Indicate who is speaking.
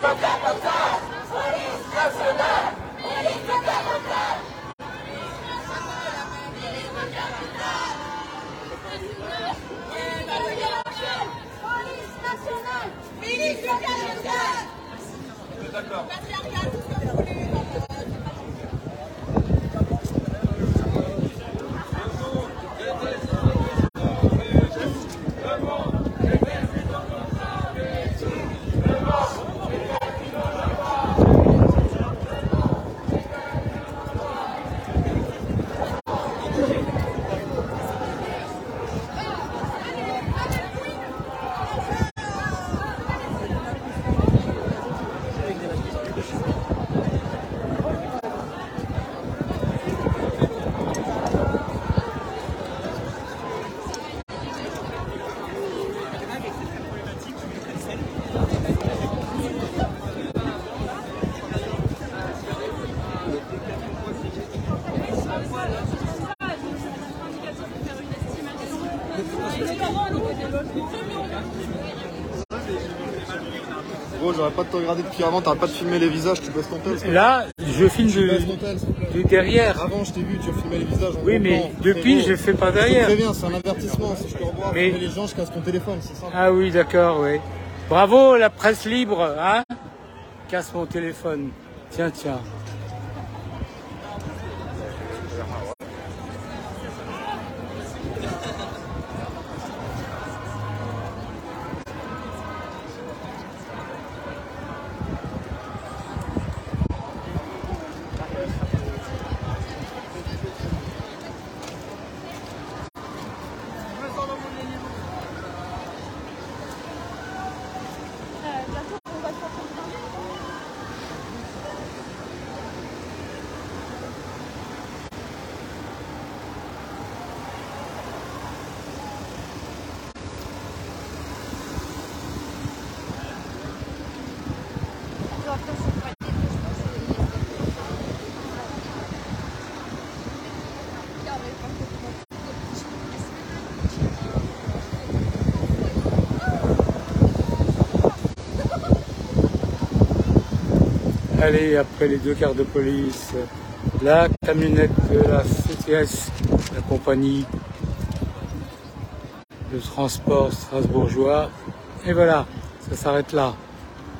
Speaker 1: Gros, j'aurais pas de te regarder depuis avant, t'arrêtes pas de filmer les visages, tu baisses ton tel.
Speaker 2: Là, je filme de derrière.
Speaker 1: Avant, je t'ai vu, tu filmais les visages.
Speaker 2: Oui, mais depuis, je fais pas derrière.
Speaker 1: Très bien, c'est un avertissement. Si je te revois, mais les gens, je casse ton téléphone, c'est ça.
Speaker 2: Ah oui, d'accord, oui. Bravo, la presse libre, hein? Casse mon téléphone. Tiens, tiens. Allez, après les deux quarts de police, la camionnette de la CTS, la compagnie de transport strasbourgeois, et voilà, ça s'arrête là.